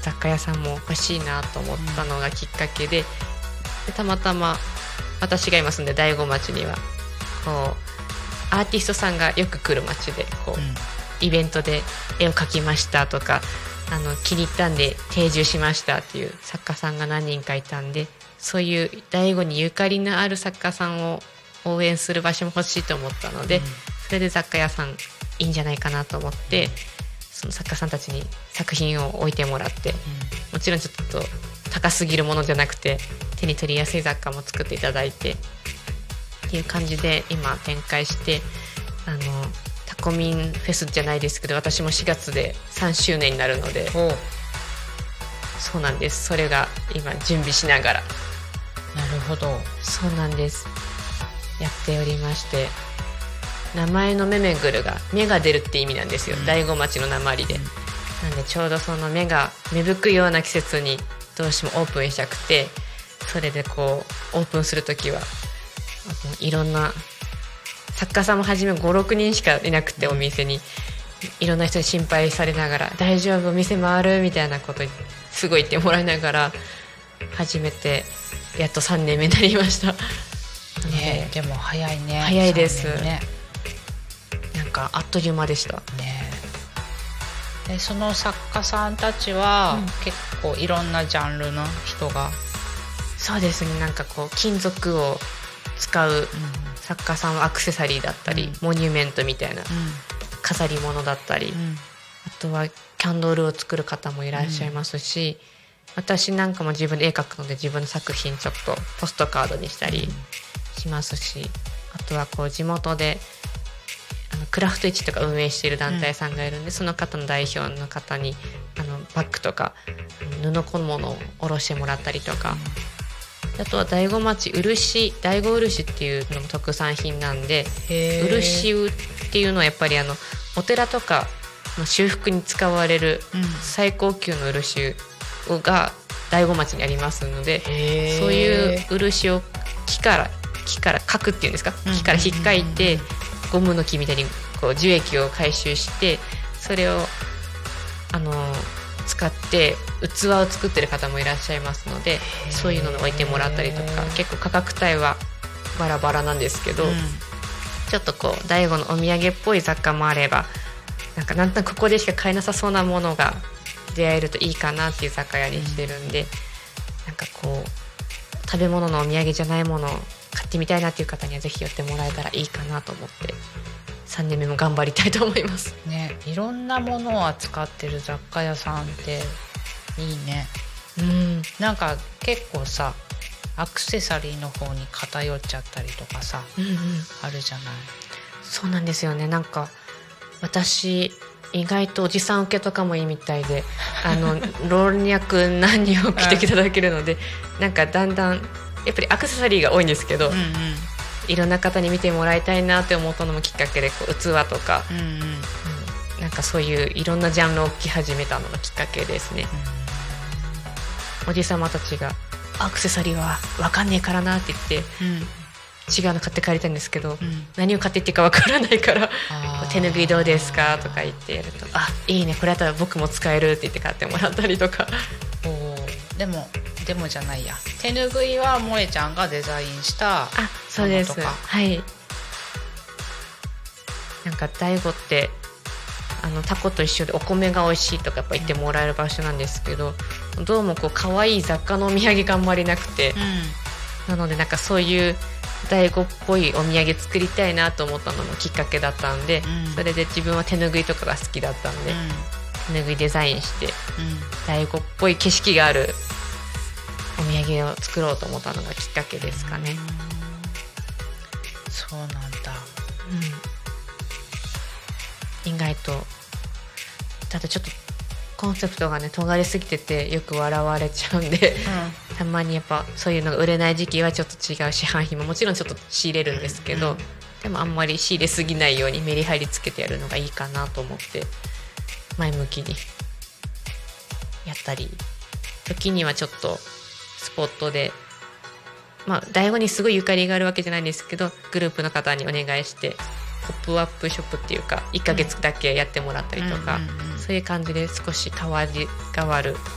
雑貨屋さんも欲しいなと思ったのがきっかけで、でたまたま私が今住んで大子町にはこうアーティストさんがよく来る町でこう、うん、イベントで絵を描きましたとか、あの気に入ったんで定住しましたっていう作家さんが何人かいたんで、そういう大子にゆかりのある作家さんを応援する場所も欲しいと思ったので、うん、それで雑貨屋さんいいんじゃないかなと思って、その作家さんたちに作品を置いてもらって、うん、もちろんちょっと高すぎるものじゃなくて手に取りやすい雑貨も作っていただいてっていう感じで今展開して、あのタコミンフェスじゃないですけど、私もしがつでさんしゅうねんになるので、そうなんです。それが今準備しながら。 なるほど。 そうなんです。やっておりまして、名前のめめぐるが芽が出るって意味なんですよ、うん、大子町の訛りで、うん、なんでちょうどその芽が芽吹くような季節にどうしてもオープンしたくて、それでこうオープンするときはいろんな作家さんもはじめご、ろくにんしかいなくて、お店にいろんな人に心配されながら、大丈夫お店回るみたいなことすごい言ってもらいながら始めて、やっとさんねんめになりましたね。でも早いね。 早いです、ね、なんかあっという間でしたね。でその作家さんたちは、うん、結構いろんなジャンルの人が。 そうですね。なんかこう金属を使う作家さんはアクセサリーだったり、うん、モニュメントみたいな、うん、飾り物だったり、うん、あとはキャンドルを作る方もいらっしゃいますし、うん、私なんかも自分で絵描くので自分の作品ちょっとポストカードにしたりしますし、あとはこう地元であのクラフト市とか運営している団体さんがいるんで、うん、その方の代表の方にあのバッグとか布小物を卸してもらったりとか、うん、あとは大子町漆、大子漆っていうのも特産品なんで、漆っていうのはやっぱりあのお寺とかの修復に使われる最高級の漆が大子町にありますので、そういう漆を木から木からかくっていうんですか、木から引っかいてゴムの木みたいにこう樹液を回収して、それをあの使って器を作ってる方もいらっしゃいますので、そういうのを置いてもらったりとか、結構価格帯はバラバラなんですけど、うん、ちょっとこう大子のお土産っぽい雑貨もあれば、なんかなんとなくここでしか買えなさそうなものが出会えるといいかなっていう雑貨屋にしてるんで、うん、なんかこう食べ物のお土産じゃないものを買ってみたいなっていう方にはぜひ寄ってもらえたらいいかなと思って、さんねんめも頑張りたいと思いますね。いろんなものを扱ってる雑貨屋さんっていいね。 うん、 なんか結構さアクセサリーの方に偏っちゃったりとかさ、 うんうん、 あるじゃない。 そうなんですよね。なんか私意外とおじさん受けとかもいいみたいで、あの老若男女を着ていただけるので、なんかだんだんやっぱりアクセサリーが多いんですけど、 うんうん、 いろんな方に見てもらいたいなって思ったのもきっかけで、こう器とか、 うんうんうん、なんかそういういろんなジャンルを着始めたのがきっかけですね、うん、おじさまたちがアクセサリーは分かんねえからなって言って、うん、違うの買って帰りたいんですけど、うん、何を買っていっていいか分からないから手ぬぐいどうですかとか言ってやると、あ、いいね、これだったら僕も使えるって言って買ってもらったりとか。 おでもでもじゃないや、手ぬぐいは萌ちゃんがデザインしたものとか。 あ、そうです、はい。なんか大子ってあのタコと一緒でお米が美味しいとかやっぱ言ってもらえる場所なんですけど、うん、どうもこう可愛い雑貨のお土産があんまりなくて、うん、なのでなんかそういう大子っぽいお土産作りたいなと思ったのもきっかけだったんで、うん、それで自分は手ぬぐいとかが好きだったんで、うん、手ぬぐいデザインして、うん、大子っぽい景色があるお土産を作ろうと思ったのがきっかけですかね。 うん、そうなんだ、 うん、意外とだってちょっとコンセプトがね尖りすぎててよく笑われちゃうんで、うん、たまにやっぱそういうのが売れない時期はちょっと違う市販品ももちろんちょっと仕入れるんですけど、うん、でもあんまり仕入れすぎないようにメリハリつけてやるのがいいかなと思って前向きにやったり、時にはちょっとスポットで、まあ大子にすごいゆかりがあるわけじゃないんですけど、グループの方にお願いしてポップアップショップっていうかいっかげつだけやってもらったりとか、うんうんうんうん、そういう感じで少し変わり変わる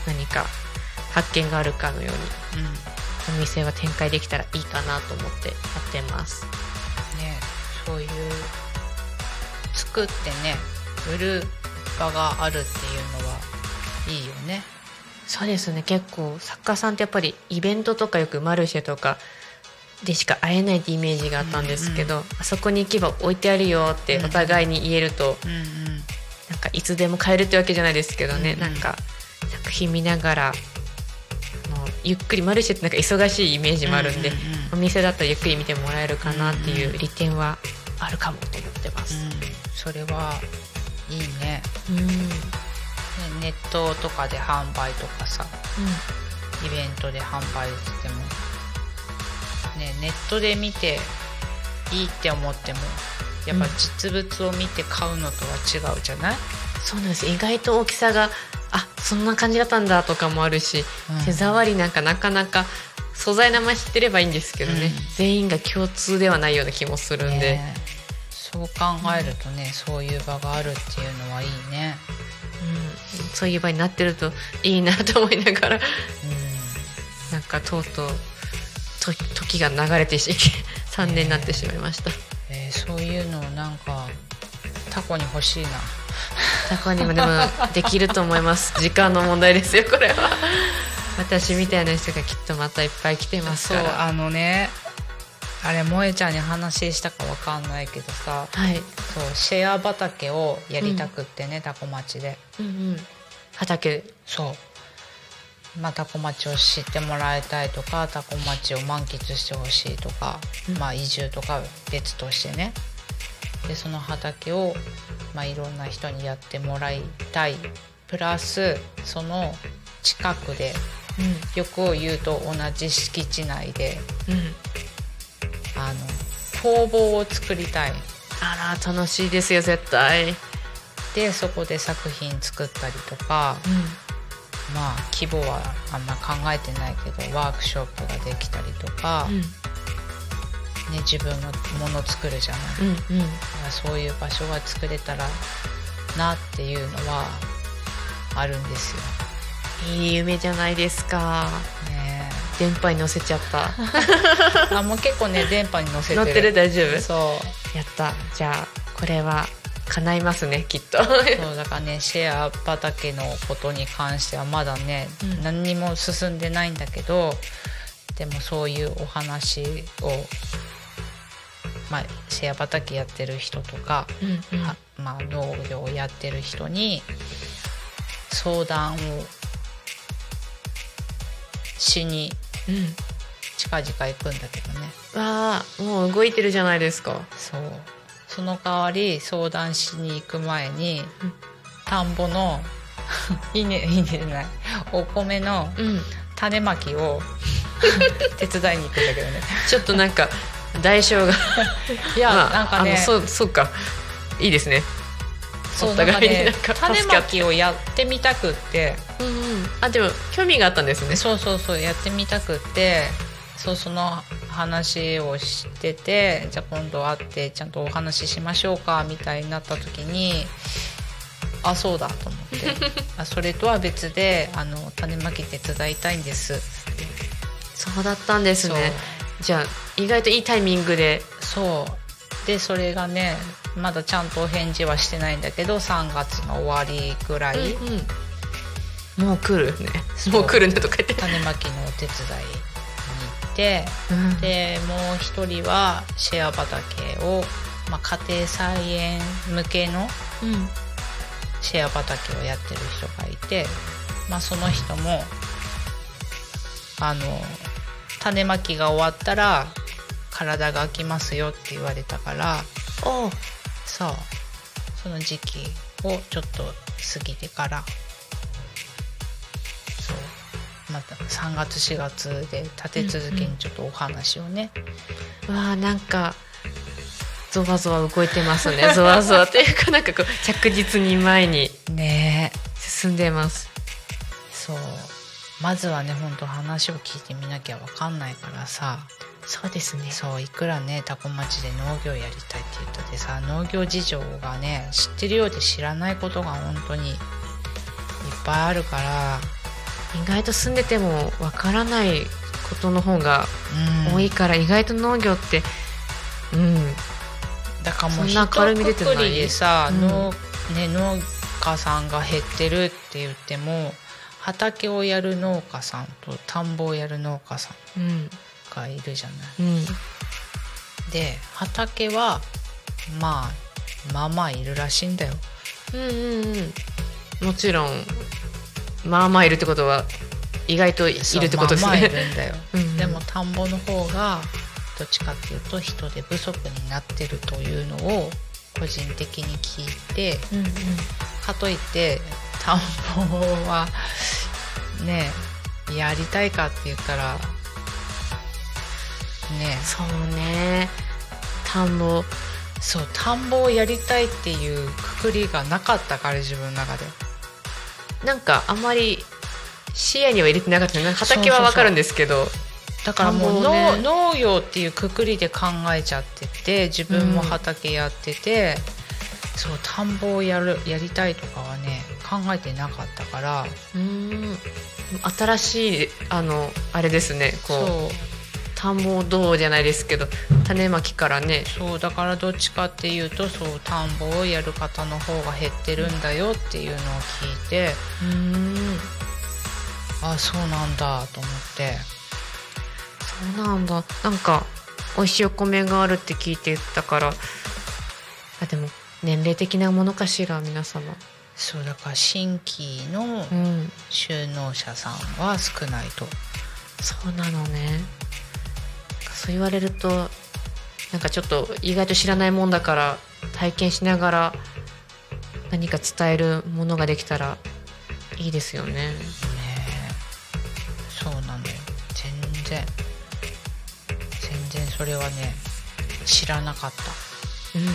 何か発見があるかのように、 うん、ね、 お店は展開できたらいいかなと思ってやってます。 そういう作ってね売る場があるっていうのはいいよね。 そうですね、結構作家さんってやっぱりイベントとかよくマルシェとかでしか会えないってイメージがあったんですけど、うんうん、あそこに行けば置いてあるよってお互いに言えると、うんうん、なんかいつでも買えるってわけじゃないですけどね、うんうん、なんか作品見ながらもうゆっくり、マルシェってなんか忙しいイメージもあるんで、うんうんうん、お店だったらゆっくり見てもらえるかなっていう利点はあるかもと思ってます、うん、 それはいいね、 うん、 ネットとかで販売とかさ、うん、イベントで販売しても、ね、ネットで見ていいって思ってもやっぱ実物を見て買うのとは違うじゃない、うん、 そうなんです。意外と大きさがあそんな感じだったんだとかもあるし、うん、手触りなんかなかなか素材名前知ってればいいんですけどね、うん、全員が共通ではないような気もするんで、 ね、そう考えるとね、うん、そういう場があるっていうのはいいね、 うん、そういう場になってるといいなと思いながら、うん、なんかとうとうと時が流れてしさんねんになってしまいました、 えーえー、そういうのなんかタコに欲しいな。 タコにもでもできると思います時間の問題ですよこれは私みたいな人がきっとまたいっぱい来てますから。 そうあのねあれ萌ちゃんに話したかわかんないけどさ、 はい、 そうシェア畑をやりたくってね、うん、タコ町で、 うんうん、畑そうまあタコ町を知ってもらいたいとかタコ町を満喫してほしいとか、うん、まあ移住とか別としてねでその畑を、まあ、いろんな人にやってもらいたいプラスその近くで、うん、欲を言うと同じ敷地内で、うん、あの工房を作りたい。 あら楽しいですよ絶対。 でそこで作品作ったりとか、うん、まあ規模はあんま考えてないけどワークショップができたりとか、うんね、自分のもの作るじゃない、うんうん、そういう場所が作れたらなっていうのはあるんですよ。 いい夢じゃないですか、ね、電波に乗せちゃったあもう結構ね電波に乗せてる乗ってる大丈夫そうやったじゃあこれは叶いますねきっとそうだからねシェア畑のことに関してはまだね、うん、何にも進んでないんだけどでもそういうお話をまあ、シェア畑やってる人とか、うんうんまあ、農業をやってる人に相談をしに近々行くんだけどね、 うん、わあもう動いてるじゃないですか。 そうその代わり相談しに行く前に、うん、田んぼの稲稲じゃないお米の種まきを、うん、手伝いに行くんだけどねちょっとなんか代償がいや、まあ、なんかねそう、そうかいいですね。 そうなんかね種まきをやってみたくって、 うんうん、あでも興味があったんですね。 そうそうそうやってみたくってそうその話をしててじゃあ今度会ってちゃんとお話ししましょうかみたいになった時にあそうだと思ってあそれとは別であの種まき手伝いたいんですって。 そうだったんですね。じゃあ意外といいタイミングで。 そうでそれがねまだちゃんとお返事はしてないんだけどさんがつの終わりぐらい、うんうん、もう来るねもう来るねとか言って種まきのお手伝いに行って、うん、でもう一人はシェア畑を、まあ、家庭菜園向けのシェア畑をやってる人がいて、まあ、その人もあの種まきが終わったら体が空きますよって言われたからおそうその時期をちょっと過ぎてからそうまたさんがつしがつで立て続けにちょっとお話をね、 うんうん、わあなんかゾワゾワ動いてますねゾワゾワっていうかなんかこう着実に前にね進んでます。 そうまずはね本当話を聞いてみなきゃ分かんないからさ。 そうですね。 そういくらねタコ町で農業やりたいって言ったってさ農業事情がね知ってるようで知らないことが本当にいっぱいあるから意外と住んでてもわからないことの方が多いから、うん、意外と農業ってうんだからもう一括りでさ、うん農ね、農家さんが減ってるって言っても畑をやる農家さんと田んぼをやる農家さんがいるじゃない、うん、で畑はまあまあまあいるらしいんだよ。 うんうんうん、もちろんまあまあいるってことは意外といるってことですね。 まあまあいるんだよ、うんうん、でも田んぼの方がどっちかっていうと人手不足になってるというのを個人的に聞いて、うんうん、かといって田んぼはねやりたいかって言ったらねそうね田んぼそう田んぼをやりたいっていうくくりがなかったから自分の中でなんかあんまり視野には入れてなかったね。畑は分かるんですけどだからもう 農,、ね、農業っていうくくりで考えちゃってて自分も畑やってて、うん、そう田んぼをやるやりたいとかはね考えてなかったからうーん新しいあのあれですねこうそう田んぼどうじゃないですけど種まきからねそうだからどっちかっていうとそう田んぼをやる方の方が減ってるんだよっていうのを聞いてうーんあそうなんだと思ってそうなんだなんか美味しいお米があるって聞いてたからあでも年齢的なものかしら皆様そうだから新規の就農者さんは少ないと、うん、 そうなのねそう言われるとなんかちょっと意外と知らないもんだから体験しながら何か伝えるものができたらいいですよね。ねえそうなんだよ全然全然それはね知らなかった、うんうん、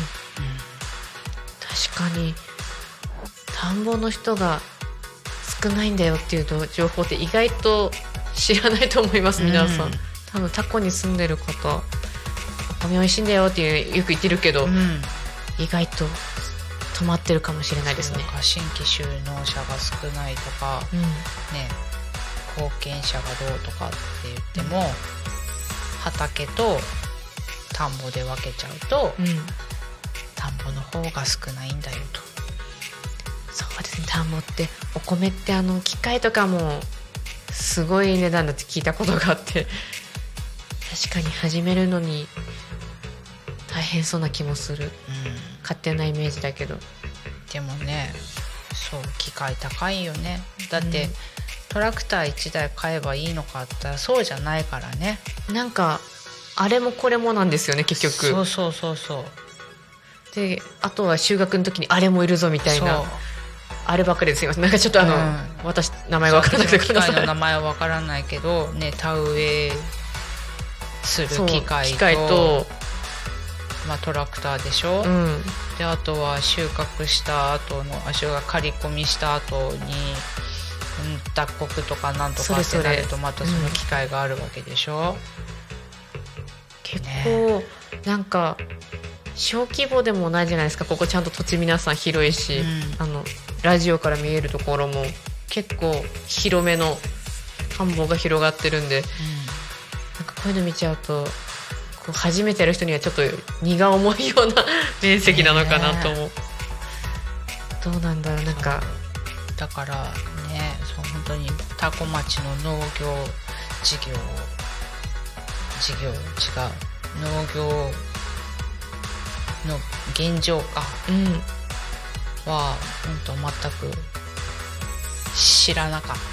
確かに田んぼの人が少ないんだよっていう情報って意外と知らないと思います皆さん、うん多分タコに住んでる方お米美味しいんだよっていうよく言ってるけど、うん、意外と止まってるかもしれないですね。 新規就農者が少ないとか、うん、ね後見者がどうとかって言っても、うん、畑と田んぼで分けちゃうと、うん、田んぼの方が少ないんだよと。 そうですね田んぼってお米ってあの機械とかもすごい値段だって聞いたことがあって確かに始めるのに大変そうな気もする、うん、勝手なイメージだけどでもねそう機械高いよねだって、うん、トラクターいちだい買えばいいのかって言ったらそうじゃないからねなんかあれもこれもなんですよね結局そうそうそうそうであとは修学の時にあれもいるぞみたいなあればっかりですいませんなんかちょっとあの、うん、私名前が分からなくて機械の名前は分からないけどね田植えする機械 と, 機械と、まあ、トラクターでしょ、うん、であとは収穫した後の足が刈り込みした後に、うん、脱穀とかなんとかってなるとまたその機械があるわけでしょ、うん、 結構、ね、なんか小規模でもないじゃないですかここちゃんと土地皆さん広いし、うん、あのラジオから見えるところも結構広めの田んぼが広がってるんで、うん、なんかこういうの見ちゃうとこう初めてやる人にはちょっと荷が重いような面積なのかなと思う、ね、どうなんだろうなんかだからねそう本当に多古町の農業事業事業違う農業の現状か、うん、は本当全く知らなかった。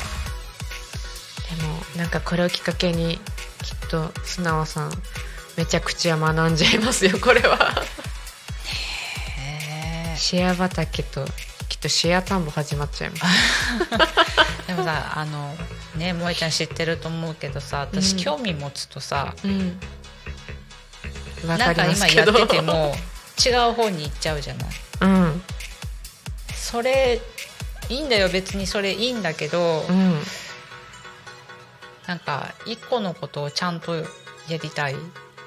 でもなんかこれをきっかけにきっと素直さんめちゃくちゃ学んじゃいますよこれはねシェア畑ときっとシェア田んぼ始まっちゃいますでもさあのね萌ちゃん知ってると思うけどさ私興味持つとさ、うんうんなんか今やってても違う方に行っちゃうじゃない、うん、それいいんだよ別にそれいいんだけど、うん、なんか一個のことをちゃんとやりたい。でも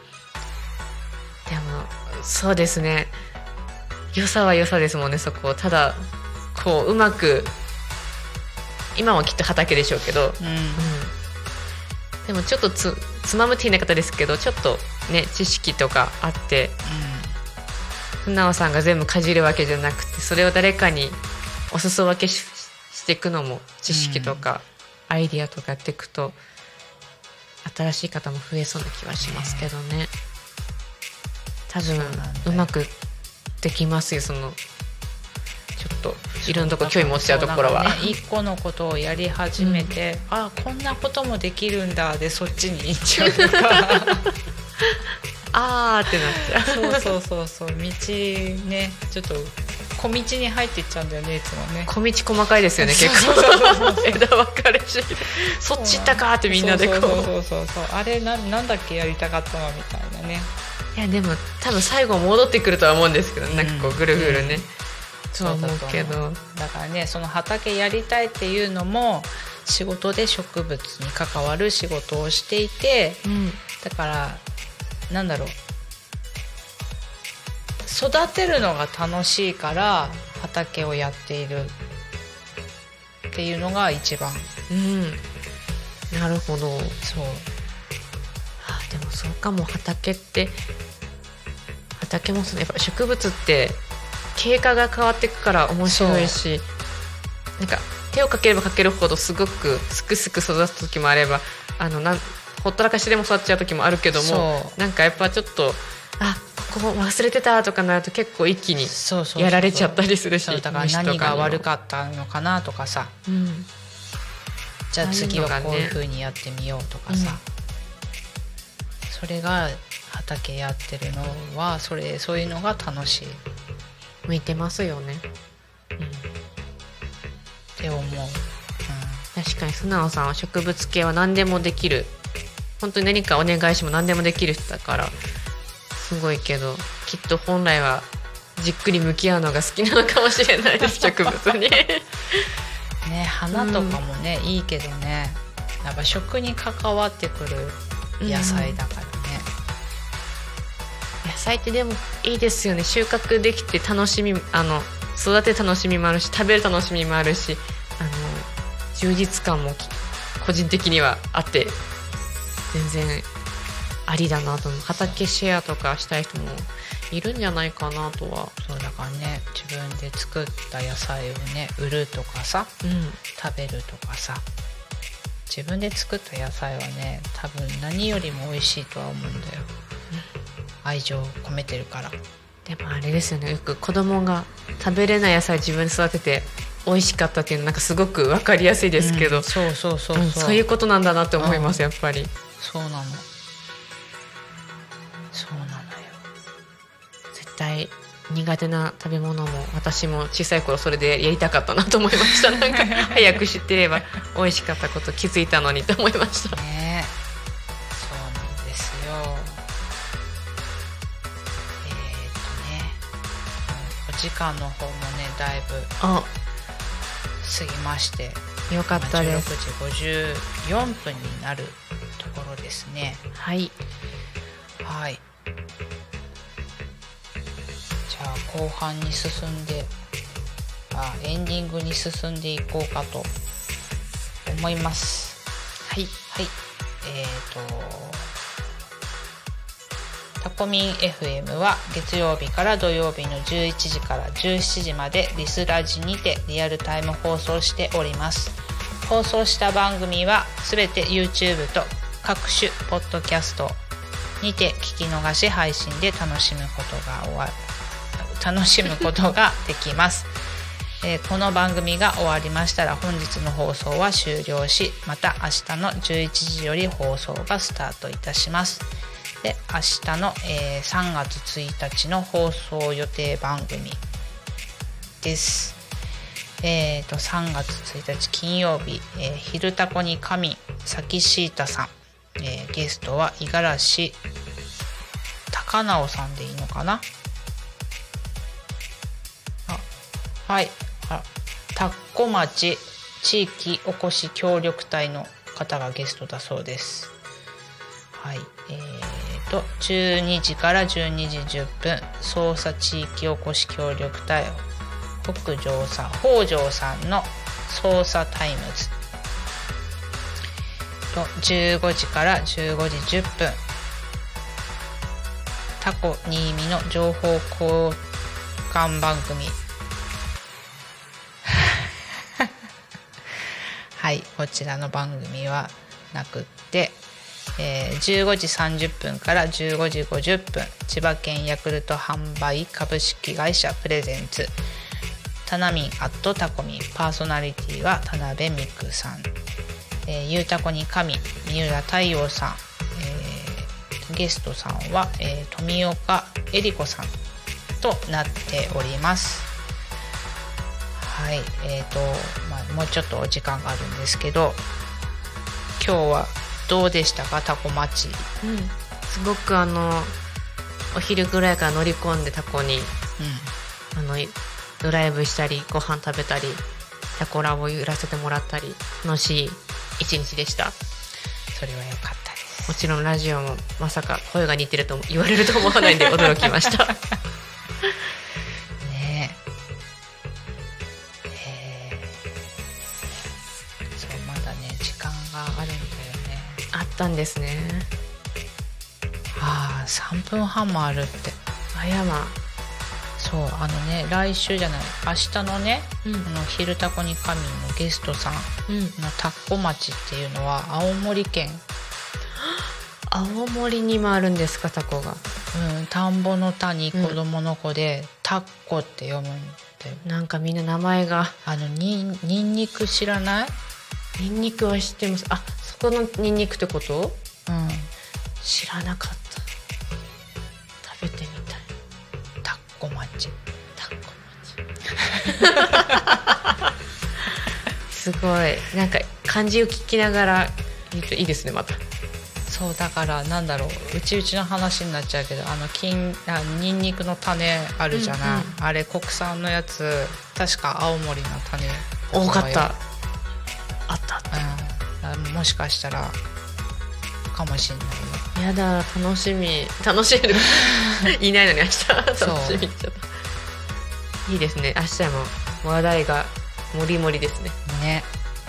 そうですね良さは良さですもんねそこをただこううまく今はきっと畑でしょうけど、 うんうん、 でもちょっと つ, つまむって言いな方ですけど、ちょっとね知識とかあって、素直さんが全部かじるわけじゃなくて、それを誰かにお裾分け し, していくのも知識とかアイディアとかやっていくと、新しい方も増えそうな気はしますけどね。多分 う, うまくできますよ。そのちょっといろんなとこ興味持っちゃうところは、ね、 一個のことをやり始めて、うん、あこんなこともできるんだでそっちに行っちゃうとかあーってなっちゃう。 そうそうそうそう、道ねちょっと小道に入っていっちゃうんだよね、いつもね。 小道細かいですよね結構。枝分かれしそっち行ったかってみんなでこう、 そうそうそうそうそう、あれ な, なんだっけやりたかったのみたいなね。 いやでも多分最後戻ってくるとは思うんですけど、うん、なんかこうぐるぐるね、うん、そう思うけど、 だからねその畑やりたいっていうのも仕事で植物に関わる仕事をしていて、うん、だからなんだろう、育てるのが楽しいから畑をやっているっていうのが一番、 うん、なるほど。そう、 あ、 でもそうかも。畑って畑もそのやっぱ植物って経過が変わっていくから面白いし、なんか手をかければかけるほどすごくすくすく育つ時もあれば、あのなんほったらかしでも育っちゃう時もあるけども、なんかやっぱちょっとあここ忘れてたとかなると結構一気にやられちゃったりするし、 だから何が悪かったのかなとかさ、うん、じゃあ次はこういう風にやってみようとかさ、うん、それが畑やってるのはそれそういうのが楽しい、 向いてますよね、うん、 って思う、うん、 確かに素直さんは植物系は何でもできる、本当に何かお願いしても何でもできる人だからすごいけど、きっと本来はじっくり向き合うのが好きなのかもしれないです植物にね、花とかもね、うん、いいけどね、やっぱ食に関わってくる野菜だからね、 うん、野菜ってでもいいですよね。収穫できて楽しみ、あの育て楽しみもあるし、食べる楽しみもあるし、あの充実感も個人的にはあって全然ありだなと思う。畑シェアとかしたい人もいるんじゃないかなとは。 そうだからね、自分で作った野菜をね売るとかさ、うん、食べるとかさ、自分で作った野菜はね多分何よりも美味しいとは思うんだよ、うん、愛情を込めてるから。 でもあれですよね、よく子供が食べれない野菜自分で育てて美味しかったっていうのなんかすごく分かりやすいですけど、うん、 そうそうそうそう、うん、 そういうことなんだなって思います、うん、やっぱりそうなのそうなのよ。 絶対苦手な食べ物も私も小さい頃それでやりたかったなと思いました。なんか早く知ってれば美味しかったこと気づいたのにと思いましたね。そうなんですよ。えー、っとねお時間の方もねだいぶ過ぎまして、 よかったです。 じゅうろくじごじゅうよんぷんになるところですね。 はいはい、じゃあ後半に進んであエンディングに進んでいこうかと思います。 はいはい、えーとタコミン エフエム は月曜日から土曜日のじゅういちじからじゅうしちじまでリスラジにてリアルタイム放送しております。放送した番組はすべて YouTube と各種ポッドキャストにて聞き逃し配信で楽しむことが終わ楽しむことができます、えー、この番組が終わりましたら本日の放送は終了し、また明日のじゅういちじより放送がスタートいたします。で明日の、えー、さんがつついたちの放送予定番組です。えー、とさんがつついたち金曜日、えー、昼タコに神サキシータさん、えー、ゲストは五十嵐高直さんでいいのかな。あはいあ田子町地域おこし協力隊の方がゲストだそうです。はい、えー、とじゅうにじからじゅうにじじゅっぷん捜査地域おこし協力隊北条さん北条さんの捜査タイムズとじゅうごじからじゅうごじじゅっぷんタコ新見の情報交換番組はいこちらの番組はなくって、えー、じゅうごじさんじゅっぷんからじゅうごじごじゅっぷん千葉県ヤクルト販売株式会社プレゼンツタナミンアットタコミンパーソナリティは田辺美久さん、えー、ゆうたこに神三浦太陽さん、えー、ゲストさんは、えー、富岡恵里子さんとなっております。はいえーとまあ、もうちょっとお時間があるんですけど今日はどうでしたかタコ町、 うん、すごくあのお昼ぐらいから乗り込んでタコに、うん、あのドライブしたりご飯食べたりタコラボ揺らせてもらったり楽しい一日でした。 それは良かったです。 もちろんラジオもまさか声が似てると言われると思わないんで驚きましたねええー、そうまだね時間があるんだよね。 あったんですね。 ああさんぷんはんもあるって。 あやまそうあのね来週じゃない明日のね、うん、あの昼タコに神のゲストさんのタコ町っていうのは青森県、 青森にもあるんですかタコが。 うん、田んぼの田に子供の子で、うん、タッコって読むんだよ。 なんかみんな名前があのにんにんにく知らない？ にんにくは知ってます。あそこのにんにくってこと？ うん、 知らなかった。食べてみたい。 タッコ町タッコ町すごいなんか漢字を聞きながら言うといいですねまた。 そうだからなんだろううちうちの話になっちゃうけどあの金あニンニクの種あるじゃない、うんうん、あれ国産のやつ確か青森の種多かった。あったあった、 うん、もしかしたらかもしれないね。やだ楽しみ楽しめるいないのに明日楽しみにちゃった。いいですね明日も話題がもりもりですね。 ね、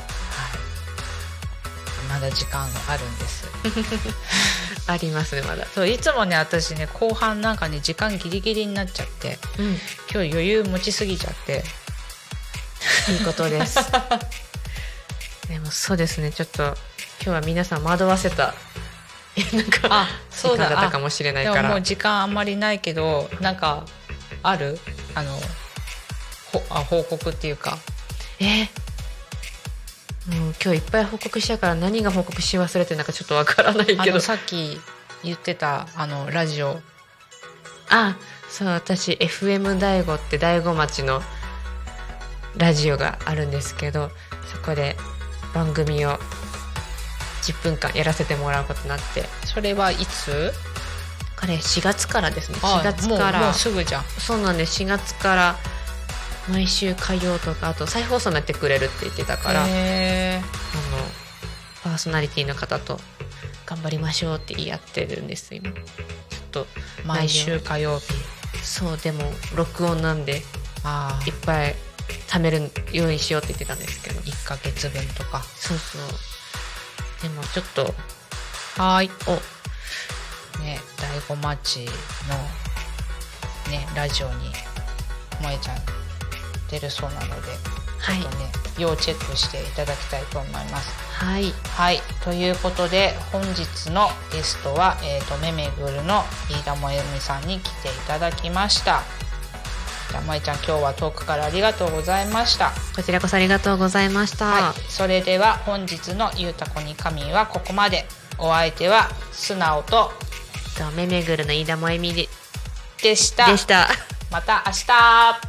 はい、まだ時間があるんですありますねまだ。 そういつもね私ね後半なんかね時間ギリギリになっちゃって、うん、今日余裕持ちすぎちゃっていいことですでもそうですねちょっと今日は皆さん惑わせたなんかあそうだ時間だったかもしれないから。 でももう時間あんまりないけどなんかあるあのほあ報告っていうかえもう今日いっぱい報告したから何が報告し忘れてるのかちょっとわからないけど。あのさっき言ってたあのラジオあそう私 エフエム 大子って大子町のラジオがあるんですけどそこで番組をじゅっぷんかんやらせてもらうことになって。 それはいつ？ これしがつからですね。しがつからもう、もうすぐじゃん。 そうなんです。しがつから毎週火曜とかあと再放送になってくれるって言ってたからへーあのパーソナリティの方と頑張りましょうって言い合ってるんです今。ちょっと毎週火曜日。 そうでも録音なんであいっぱい貯めるようにしようって言ってたんですけどいっかげつぶんとか。 そうそうでもちょっとはーいおね大子町のねラジオに萌えちゃん出るそうなので、はい、ちょっとね要チェックしていただきたいと思います。 はい、 はい、ということで本日のゲストは、えーと、めめぐるの飯田萌美さんに来ていただきました。じゃあ萌ちゃん今日は遠くからありがとうございました。 こちらこそありがとうございました、 はい、それでは本日のゆうたこに神はここまで。お相手は素直とめめぐるの飯田萌美ででしたでしたまた明日。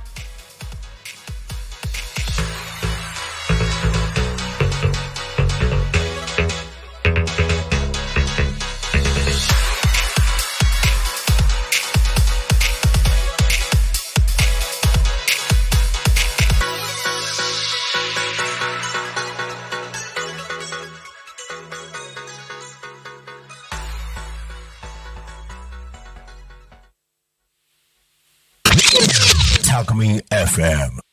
Talk Me エフエム